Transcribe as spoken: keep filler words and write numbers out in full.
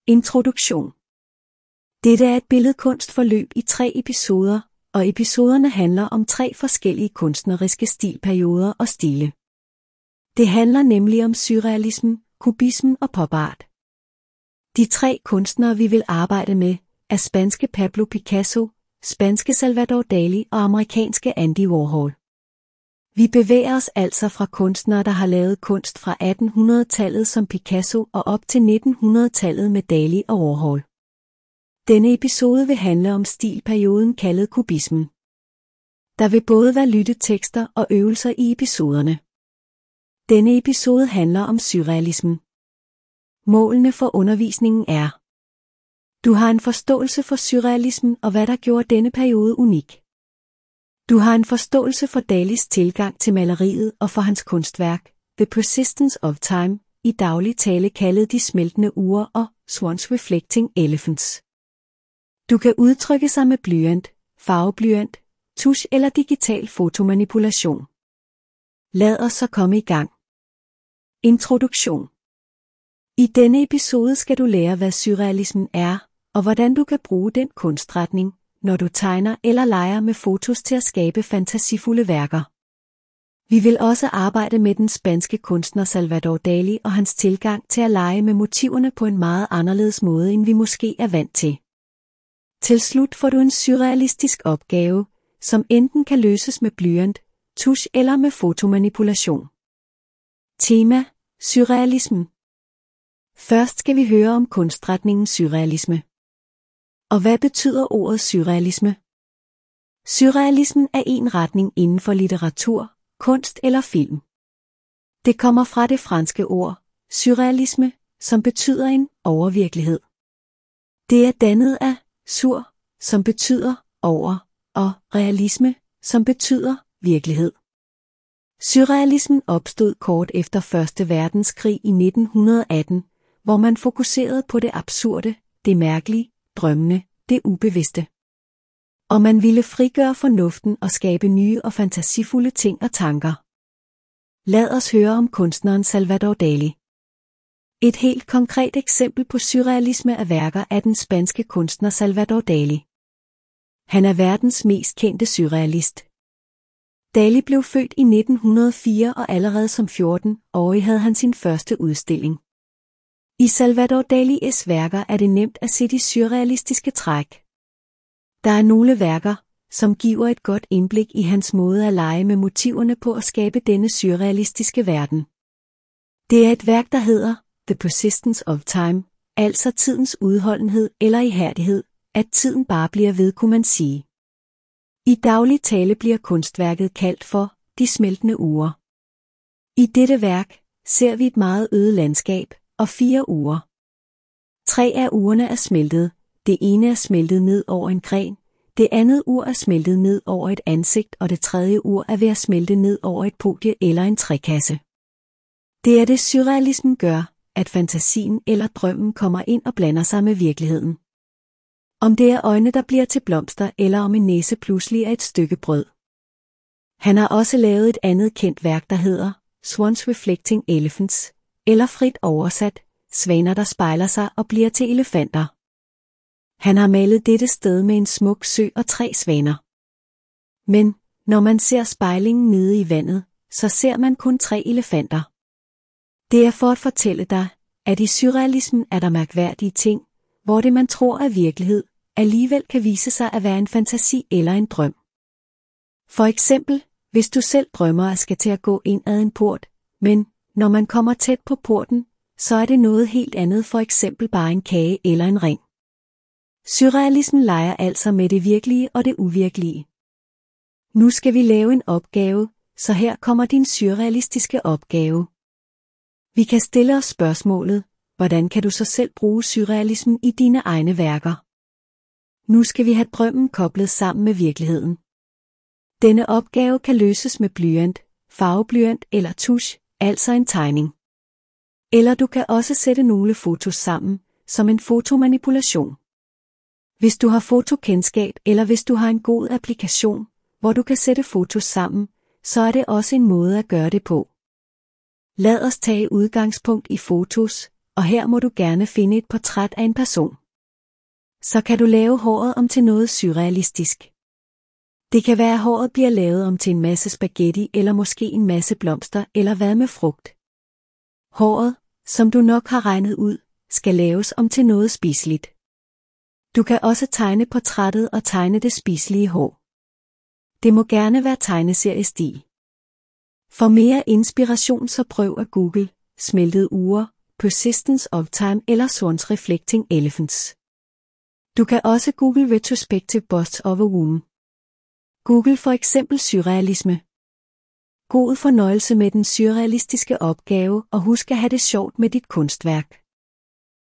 Introduktion. Dette er et billedkunstforløb i tre episoder, og episoderne handler om tre forskellige kunstneriske stilperioder og stile. Det handler nemlig om surrealismen, kubismen og pop art. De tre kunstnere vi vil arbejde med, er spanske Pablo Picasso, spanske Salvador Dali og amerikanske Andy Warhol. Vi bevæger os altså fra kunstnere, der har lavet kunst fra attenhundredetallet som Picasso og op til nittenhundredetallet med Dali og Warhol. Denne episode vil handle om stilperioden kaldet kubismen. Der vil både være lyttetekster og øvelser i episoderne. Denne episode handler om surrealismen. Målene for undervisningen er: du har en forståelse for surrealismen og hvad der gjorde denne periode unik. Du har en forståelse for Dalis tilgang til maleriet og for hans kunstværk, The Persistence of Time, i daglig tale kaldet De smeltende uger og Swans Reflecting Elephants. Du kan udtrykke sig med blyant, farveblyant, tusch eller digital fotomanipulation. Lad os så komme i gang. Introduktion. I denne episode skal du lære, hvad surrealismen er, og hvordan du kan bruge den kunstretning, når du tegner eller leger med fotos til at skabe fantasifulde værker. Vi vil også arbejde med den spanske kunstner Salvador Dali og hans tilgang til at lege med motiverne på en meget anderledes måde, end vi måske er vant til. Til slut får du en surrealistisk opgave, som enten kan løses med blyant, tusch eller med fotomanipulation. Tema: surrealismen. Først skal vi høre om kunstretningen surrealisme. Og hvad betyder ordet surrealisme? Surrealismen er en retning inden for litteratur, kunst eller film. Det kommer fra det franske ord surrealisme, som betyder en overvirkelighed. Det er dannet af sur, som betyder over, og realisme, som betyder virkelighed. Surrealismen opstod kort efter første verdenskrig i nitten atten, hvor man fokuserede på det absurde, det mærkelige, drømmende, det ubevidste. Og man ville frigøre fornuften og skabe nye og fantasifulde ting og tanker. Lad os høre om kunstneren Salvador Dali. Et helt konkret eksempel på surrealisme er værker af den spanske kunstner Salvador Dali. Han er verdens mest kendte surrealist. Dali blev født i nitten hundrede og fire og allerede som fjorten-årig havde han sin første udstilling. I Salvador Dalis værker er det nemt at se de surrealistiske træk. Der er nogle værker, som giver et godt indblik i hans måde at lege med motiverne på at skabe denne surrealistiske verden. Det er et værk, der hedder The Persistence of Time, altså tidens udholdenhed eller ihærdighed, at tiden bare bliver ved, kunne man sige. I daglig tale bliver kunstværket kaldt for De smeltende uger. I dette værk ser vi et meget øde landskab og fire uger. Tre af ugerne er smeltet, det ene er smeltet ned over en gren, det andet ur er smeltet ned over et ansigt og det tredje ur er ved at smelte ned over et podie eller en trækasse. Det er det surrealismen gør, at fantasien eller drømmen kommer ind og blander sig med virkeligheden. Om det er øjne, der bliver til blomster, eller om en næse pludselig er et stykke brød. Han har også lavet et andet kendt værk, der hedder Swans Reflecting Elephants, eller frit oversat, svaner der spejler sig og bliver til elefanter. Han har malet dette sted med en smuk sø og tre svaner. Men, når man ser spejlingen nede i vandet, så ser man kun tre elefanter. Det er for at fortælle dig, at i surrealismen er der mærkværdige ting, hvor det man tror er virkelighed, alligevel kan vise sig at være en fantasi eller en drøm. For eksempel, hvis du selv drømmer at skal til at gå ind ad en port, men, når man kommer tæt på porten, så er det noget helt andet, for eksempel bare en kage eller en ring. Surrealismen leger altså med det virkelige og det uvirkelige. Nu skal vi lave en opgave, så her kommer din surrealistiske opgave. Vi kan stille os spørgsmålet: hvordan kan du så selv bruge surrealismen i dine egne værker? Nu skal vi have drømmen koblet sammen med virkeligheden. Denne opgave kan løses med blyant, farveblyant eller tusch, altså en tegning. Eller du kan også sætte nogle fotos sammen, som en fotomanipulation. Hvis du har fotokendskab eller hvis du har en god applikation, hvor du kan sætte fotos sammen, så er det også en måde at gøre det på. Lad os tage udgangspunkt i fotos, og her må du gerne finde et portræt af en person. Så kan du lave håret om til noget surrealistisk. Det kan være, at håret bliver lavet om til en masse spaghetti eller måske en masse blomster eller hvad med frugt. Håret, som du nok har regnet ud, skal laves om til noget spiseligt. Du kan også tegne portrættet og tegne det spiselige hår. Det må gerne være tegneseriestil. For mere inspiration så prøv at google smeltede ure, persistence of time eller Swans reflecting elephants. Du kan også google retrospective busts of a woman. Google for eksempel surrealisme. God fornøjelse med den surrealistiske opgave og husk at have det sjovt med dit kunstværk.